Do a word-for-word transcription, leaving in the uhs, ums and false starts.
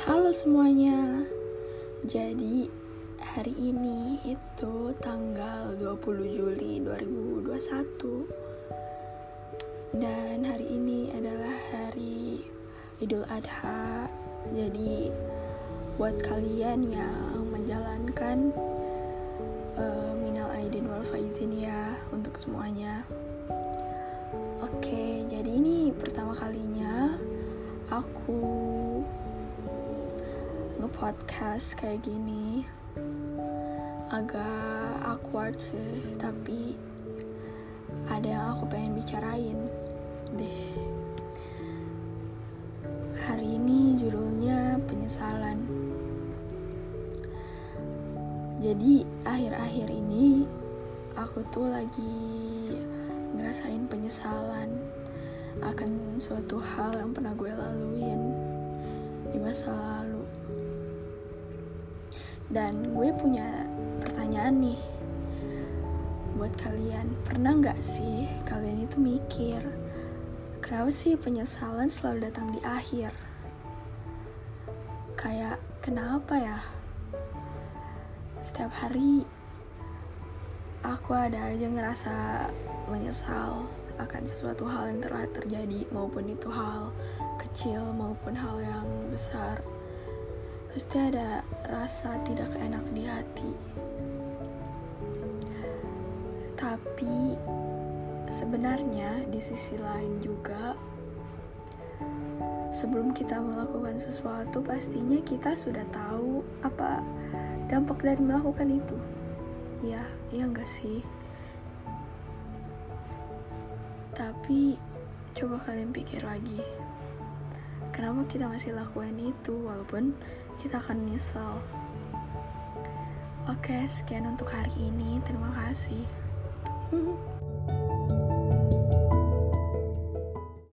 Halo semuanya. Jadi hari ini itu tanggal dua puluh Juli dua ribu dua puluh satu. Dan hari ini adalah hari Idul Adha. Jadi buat kalian yang menjalankan uh, minal aidin wal faizin ya untuk semuanya. Oke, jadi ini pertama kalinya aku nge-podcast kayak gini. Agak awkward sih, tapi ada yang aku pengen bicarain deh. Hari ini judulnya penyesalan. Jadi akhir-akhir ini aku tuh lagi ngerasain penyesalan akan suatu hal yang pernah gue laluin di masa lalu. Dan gue punya pertanyaan nih buat kalian. Pernah gak sih kalian itu mikir, kenapa sih penyesalan selalu datang di akhir? Kayak kenapa ya? Setiap hari aku ada aja ngerasa menyesal akan sesuatu hal yang telah terjadi, maupun itu hal kecil maupun hal yang besar. Pasti ada rasa tidak enak di hati. Tapi sebenarnya di sisi lain juga, sebelum kita melakukan sesuatu, pastinya kita sudah tahu apa dampak dari melakukan itu. Ya, iya enggak sih? Tapi coba kalian pikir lagi, kenapa kita masih lakuin itu walaupun kita akan nyesal? Oke, sekian untuk hari ini. Terima kasih.